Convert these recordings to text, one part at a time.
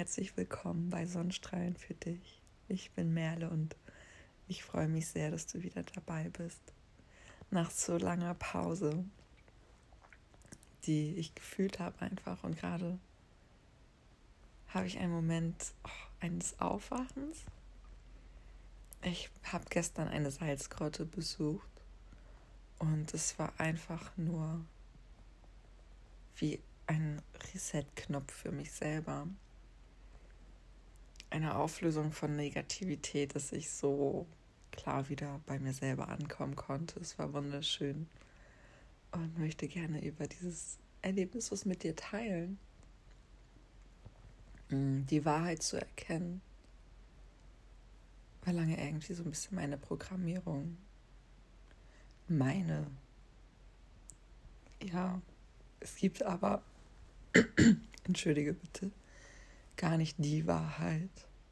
herzlich willkommen bei Sonnenstrahlen für dich. Ich bin Merle und ich freue mich sehr, dass du wieder dabei bist. Nach so langer Pause, die ich gefühlt habe einfach, und gerade habe ich einen Moment eines Aufwachens. Ich habe gestern eine Salzgrotte besucht und es war einfach nur wie ein Reset-Knopf für mich selber. Eine Auflösung von Negativität, dass ich so klar wieder bei mir selber ankommen konnte. Es war wunderschön und möchte gerne über dieses Erlebnis was mit dir teilen. Die Wahrheit zu erkennen, war lange irgendwie so ein bisschen meine Programmierung. Es gibt aber, entschuldige bitte, gar nicht die Wahrheit,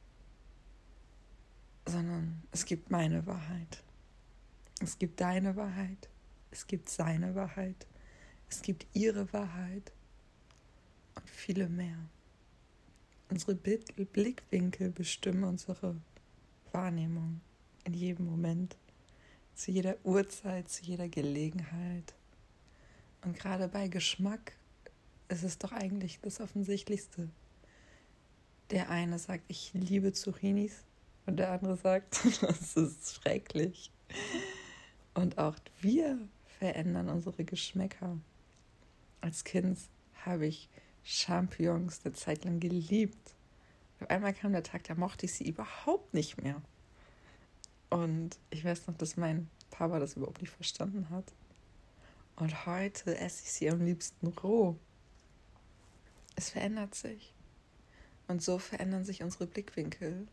sondern es gibt meine Wahrheit. Es gibt deine Wahrheit. Es gibt seine Wahrheit. Es gibt ihre Wahrheit und viele mehr. Unsere Blickwinkel bestimmen unsere Wahrnehmung in jedem Moment, zu jeder Uhrzeit, zu jeder Gelegenheit. Und gerade bei Geschmack ist es doch eigentlich das Offensichtlichste. Der eine sagt, ich liebe Zucchinis, und der andere sagt, das ist schrecklich. Und auch wir verändern unsere Geschmäcker. Als Kind habe ich Champignons eine Zeit lang geliebt. Auf einmal kam der Tag, da mochte ich sie überhaupt nicht mehr. Und ich weiß noch, dass mein Papa das überhaupt nicht verstanden hat. Und heute esse ich sie am liebsten roh. Es verändert sich. Und so verändern sich unsere Blickwinkel.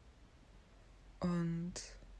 Und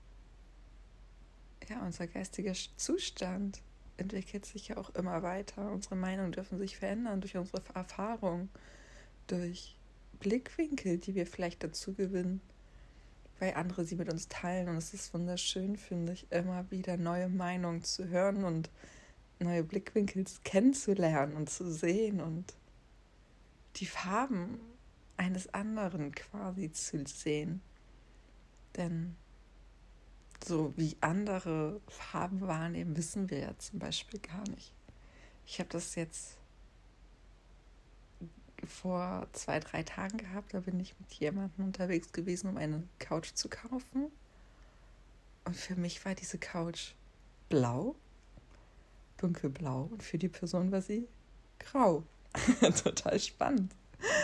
ja, unser geistiger Zustand entwickelt sich ja auch immer weiter. Unsere Meinungen dürfen sich verändern durch unsere Erfahrung, durch Blickwinkel, die wir vielleicht dazu gewinnen, weil andere sie mit uns teilen. Und es ist wunderschön, finde ich, immer wieder neue Meinungen zu hören und neue Blickwinkel kennenzulernen und zu sehen und die Farben eines anderen quasi zu sehen. Denn so wie andere Farben wahrnehmen, wissen wir ja zum Beispiel gar nicht. Ich habe das jetzt vor 2-3 Tagen gehabt. Da bin ich mit jemandem unterwegs gewesen, um eine Couch zu kaufen. Und für mich war diese Couch blau, dunkelblau. Und für die Person war sie grau. Total spannend.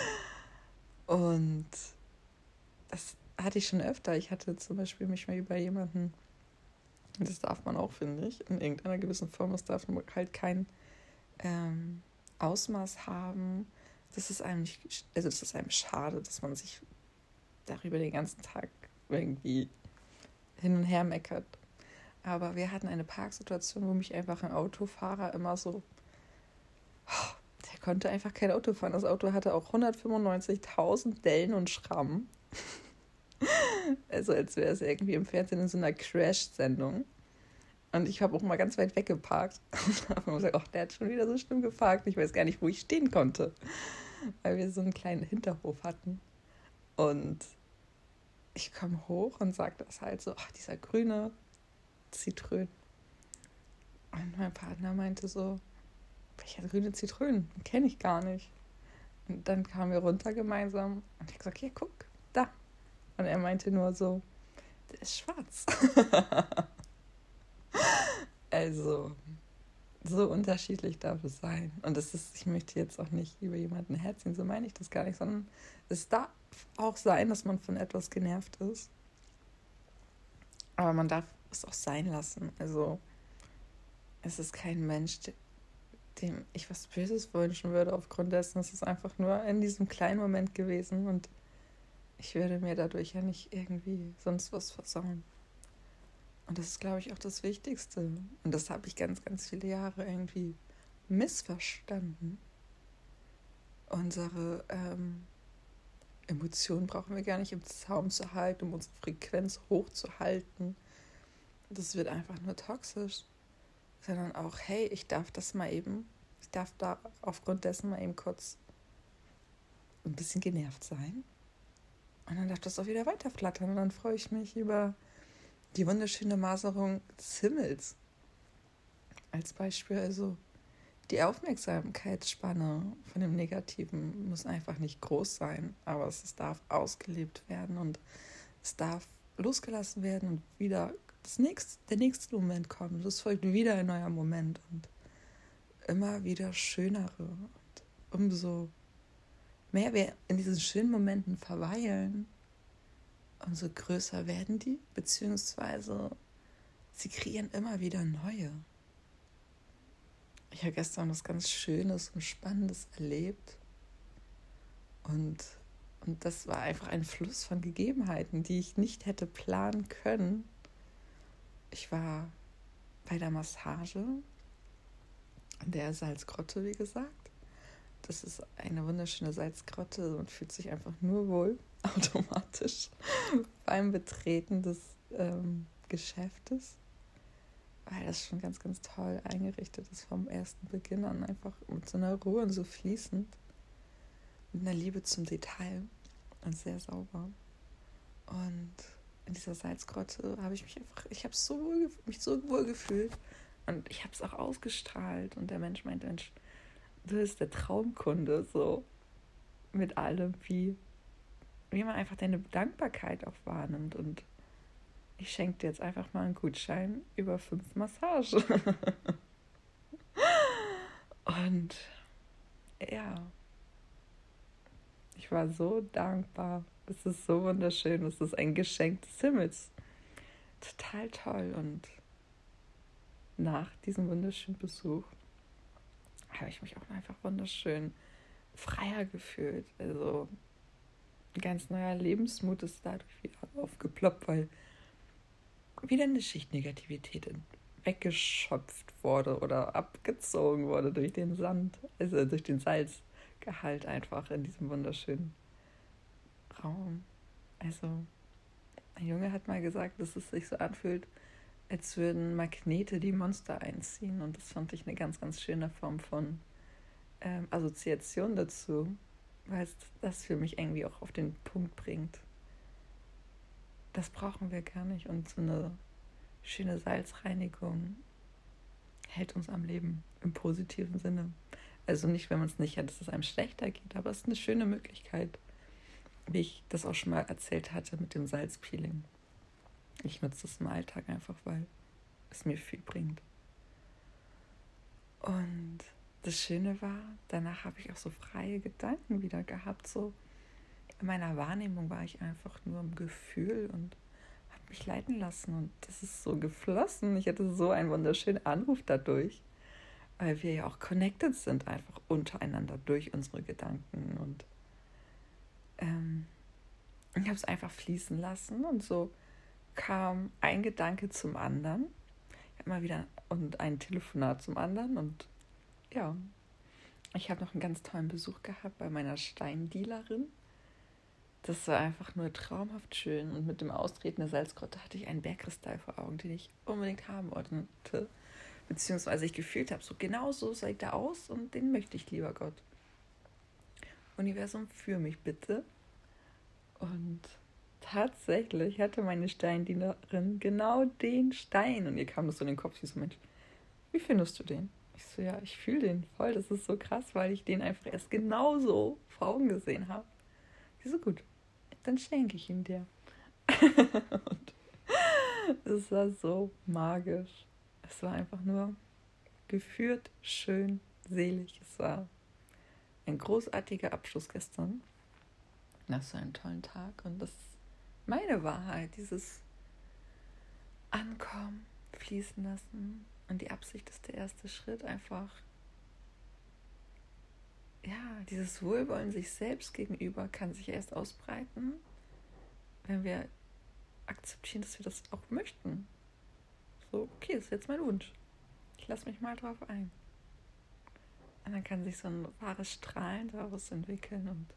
Und das hatte ich schon öfter. Ich hatte zum Beispiel mich mal über jemanden, das darf man auch, finde ich, in irgendeiner gewissen Form, es darf halt kein Ausmaß haben. Das ist einem nicht, also es ist einem schade, dass man sich darüber den ganzen Tag irgendwie hin und her meckert. Aber wir hatten eine Parksituation, wo mich einfach ein Autofahrer immer so, der konnte einfach kein Auto fahren. Das Auto hatte auch 195.000 Dellen und Schrammen. Also als wäre es irgendwie im Fernsehen in so einer Crash-Sendung. Und ich habe auch mal ganz weit weg geparkt. Und habe gesagt, ach, der hat schon wieder so schlimm geparkt. Ich weiß gar nicht, wo ich stehen konnte. Weil wir so einen kleinen Hinterhof hatten. Und ich komme hoch und sage das halt so, ach, dieser grüne Zitrön. Und mein Partner meinte so, welcher grüne Zitrön? Kenne ich gar nicht. Und dann kamen wir runter gemeinsam. Und ich gesagt, hier, guck, da. Und er meinte nur so, der ist schwarz. Also, so unterschiedlich darf es sein. Und das ist, ich möchte jetzt auch nicht über jemanden herziehen, so meine ich das gar nicht, sondern es darf auch sein, dass man von etwas genervt ist. Aber man darf es auch sein lassen. Also, es ist kein Mensch, dem ich was Böses wünschen würde aufgrund dessen. Es ist einfach nur in diesem kleinen Moment gewesen und ich würde mir dadurch ja nicht irgendwie sonst was versauen. Und das ist, glaube ich, auch das Wichtigste. Und das habe ich ganz, ganz viele Jahre irgendwie missverstanden. Unsere Emotionen brauchen wir gar nicht im Zaum zu halten, um unsere Frequenz hochzuhalten. Das wird einfach nur toxisch. Sondern auch, hey, ich darf da aufgrund dessen mal eben kurz ein bisschen genervt sein. Und dann darf das auch wieder weiterflattern. Und dann freue ich mich über die wunderschöne Maserung des Himmels. Als Beispiel, also die Aufmerksamkeitsspanne von dem Negativen muss einfach nicht groß sein, aber es darf ausgelebt werden und es darf losgelassen werden und wieder der nächste Moment kommt. Es folgt wieder ein neuer Moment und immer wieder schönere. Und umso mehr wir in diesen schönen Momenten verweilen, umso größer werden die, beziehungsweise sie kreieren immer wieder neue. Ich habe gestern was ganz Schönes und Spannendes erlebt und das war einfach ein Fluss von Gegebenheiten, die ich nicht hätte planen können. Ich war bei der Massage in der Salzgrotte, wie gesagt. Das ist eine wunderschöne Salzgrotte und fühlt sich einfach nur wohl, automatisch, beim Betreten des Geschäftes, weil das schon ganz, ganz toll eingerichtet ist vom ersten Beginn an, einfach mit so einer Ruhe und so fließend, mit einer Liebe zum Detail und sehr sauber. Und in dieser Salzgrotte habe ich mich so wohl gefühlt und ich habe es auch ausgestrahlt und der Mensch meinte, Mensch, du bist der Traumkunde, so mit allem, wie man einfach deine Dankbarkeit auch wahrnimmt. Und ich schenke dir jetzt einfach mal einen Gutschein über 5 Massagen. Und ja, ich war so dankbar. Es ist so wunderschön. Es ist ein Geschenk des Himmels. Total toll. Und nach diesem wunderschönen Besuch habe ich mich auch einfach wunderschön freier gefühlt. Also ein ganz neuer Lebensmut ist dadurch wieder aufgeploppt, weil wieder eine Schicht Negativität weggeschöpft wurde oder abgezogen wurde durch den Sand, also durch den Salzgehalt einfach in diesem wunderschönen Raum. Also ein Junge hat mal gesagt, dass es sich so anfühlt, als würden Magnete die Monster einziehen. Und das fand ich eine ganz, ganz schöne Form von Assoziation dazu, weil es das für mich irgendwie auch auf den Punkt bringt. Das brauchen wir gar nicht. Und so eine schöne Salzreinigung hält uns am Leben im positiven Sinne. Also nicht, wenn man es nicht hat, dass es einem schlechter geht, aber es ist eine schöne Möglichkeit, wie ich das auch schon mal erzählt hatte mit dem Salzpeeling. Ich nutze das im Alltag einfach, weil es mir viel bringt. Und das Schöne war, danach habe ich auch so freie Gedanken wieder gehabt. So in meiner Wahrnehmung war ich einfach nur im Gefühl und habe mich leiten lassen. Und das ist so geflossen. Ich hatte so einen wunderschönen Anruf dadurch, weil wir ja auch connected sind, einfach untereinander durch unsere Gedanken. Und ich habe es einfach fließen lassen und so kam ein Gedanke zum anderen. Ich habe mal wieder und ein Telefonat zum anderen und ja, ich habe noch einen ganz tollen Besuch gehabt bei meiner Steindealerin. Das war einfach nur traumhaft schön und mit dem Austreten der Salzgrotte hatte ich einen Bergkristall vor Augen, den ich unbedingt haben wollte, beziehungsweise ich gefühlt habe, so genau so sieht er aus und den möchte ich, lieber Gott. Universum, für mich bitte. Und tatsächlich hatte meine Steindienerin genau den Stein. Und ihr kam das so in den Kopf, sie so, Mensch, wie findest du den? Ich so, ja, ich fühle den voll. Das ist so krass, weil ich den einfach erst genauso vor Augen gesehen habe. Sie so, gut, dann schenke ich ihn dir. Und es war so magisch. Es war einfach nur geführt, schön, selig. Es war ein großartiger Abschluss gestern. Nach so einem tollen Tag. Und das ist meine Wahrheit, dieses Ankommen, fließen lassen. Und die Absicht ist der erste Schritt, einfach, ja, dieses Wohlwollen sich selbst gegenüber kann sich erst ausbreiten, wenn wir akzeptieren, dass wir das auch möchten. So, okay, das ist jetzt mein Wunsch. Ich lasse mich mal drauf ein. Und dann kann sich so ein wahres Strahlen daraus entwickeln und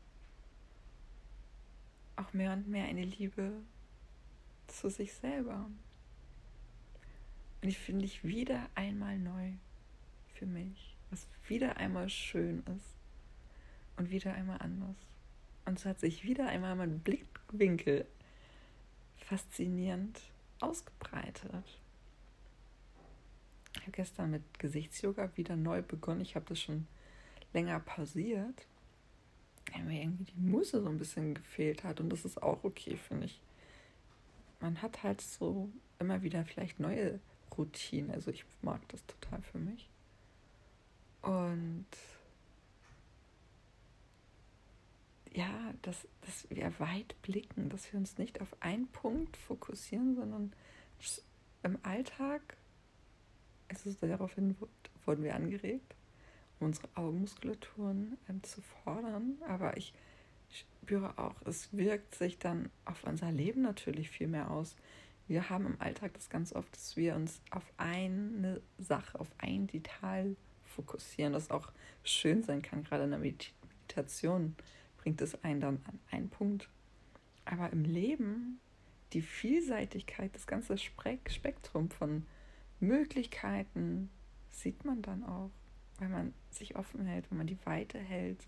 auch mehr und mehr eine Liebe zu sich selber. Und ich finde ich wieder einmal neu für mich, was wieder einmal schön ist und wieder einmal anders. Und es hat sich wieder einmal mein Blickwinkel faszinierend ausgebreitet. Ich habe gestern mit Gesichtsyoga wieder neu begonnen. Ich habe das schon länger pausiert, weil mir irgendwie die Muße so ein bisschen gefehlt hat. Und das ist auch okay, finde ich. Man hat halt so immer wieder vielleicht neue Routinen. Also ich mag das total für mich. Und ja, dass wir weit blicken, dass wir uns nicht auf einen Punkt fokussieren, sondern im Alltag, also daraufhin wurden wir angeregt, um unsere Augenmuskulaturen zu fordern. Aber ich spüre auch, es wirkt sich dann auf unser Leben natürlich viel mehr aus. Wir haben im Alltag das ganz oft, dass wir uns auf eine Sache, auf ein Detail fokussieren, das auch schön sein kann, gerade in der Meditation bringt es einen dann an einen Punkt. Aber im Leben, die Vielseitigkeit, das ganze Spektrum von Möglichkeiten sieht man dann auch, weil man sich offen hält, wenn man die Weite hält.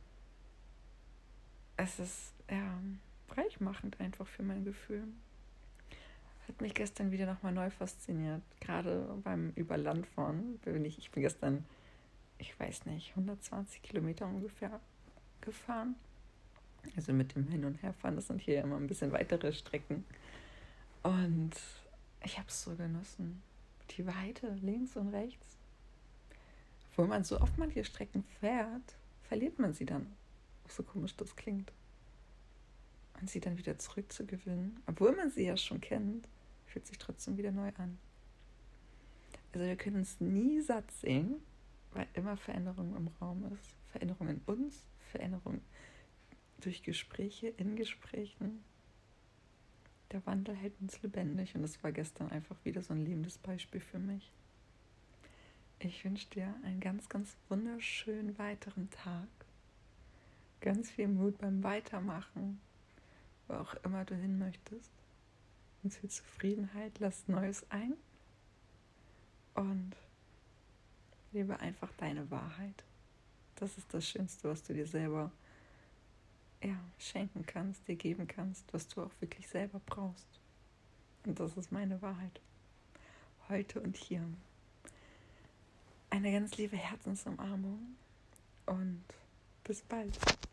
Es ist reichmachend einfach für mein Gefühl. Hat mich gestern wieder nochmal neu fasziniert. Gerade beim Überlandfahren ich bin gestern, ich weiß nicht, 120 Kilometer ungefähr gefahren. Also mit dem Hin- und Herfahren, das sind hier immer ein bisschen weitere Strecken. Und ich habe es so genossen. Die Weite links und rechts. Obwohl man so oft manche Strecken fährt, verliert man sie dann. Auch so komisch das klingt. Und sie dann wieder zurückzugewinnen, obwohl man sie ja schon kennt, fühlt sich trotzdem wieder neu an. Also wir können uns nie satt sehen, weil immer Veränderung im Raum ist. Veränderung in uns, Veränderung durch Gespräche, in Gesprächen. Der Wandel hält uns lebendig und das war gestern einfach wieder so ein lebendes Beispiel für mich. Ich wünsche dir einen ganz, ganz wunderschönen weiteren Tag. Ganz viel Mut beim Weitermachen, wo auch immer du hin möchtest. Und viel Zufriedenheit, lass Neues ein und lebe einfach deine Wahrheit. Das ist das Schönste, was du dir selber schenken kannst, dir geben kannst, was du auch wirklich selber brauchst. Und das ist meine Wahrheit. Heute und hier. Eine ganz liebe Herzensumarmung und bis bald.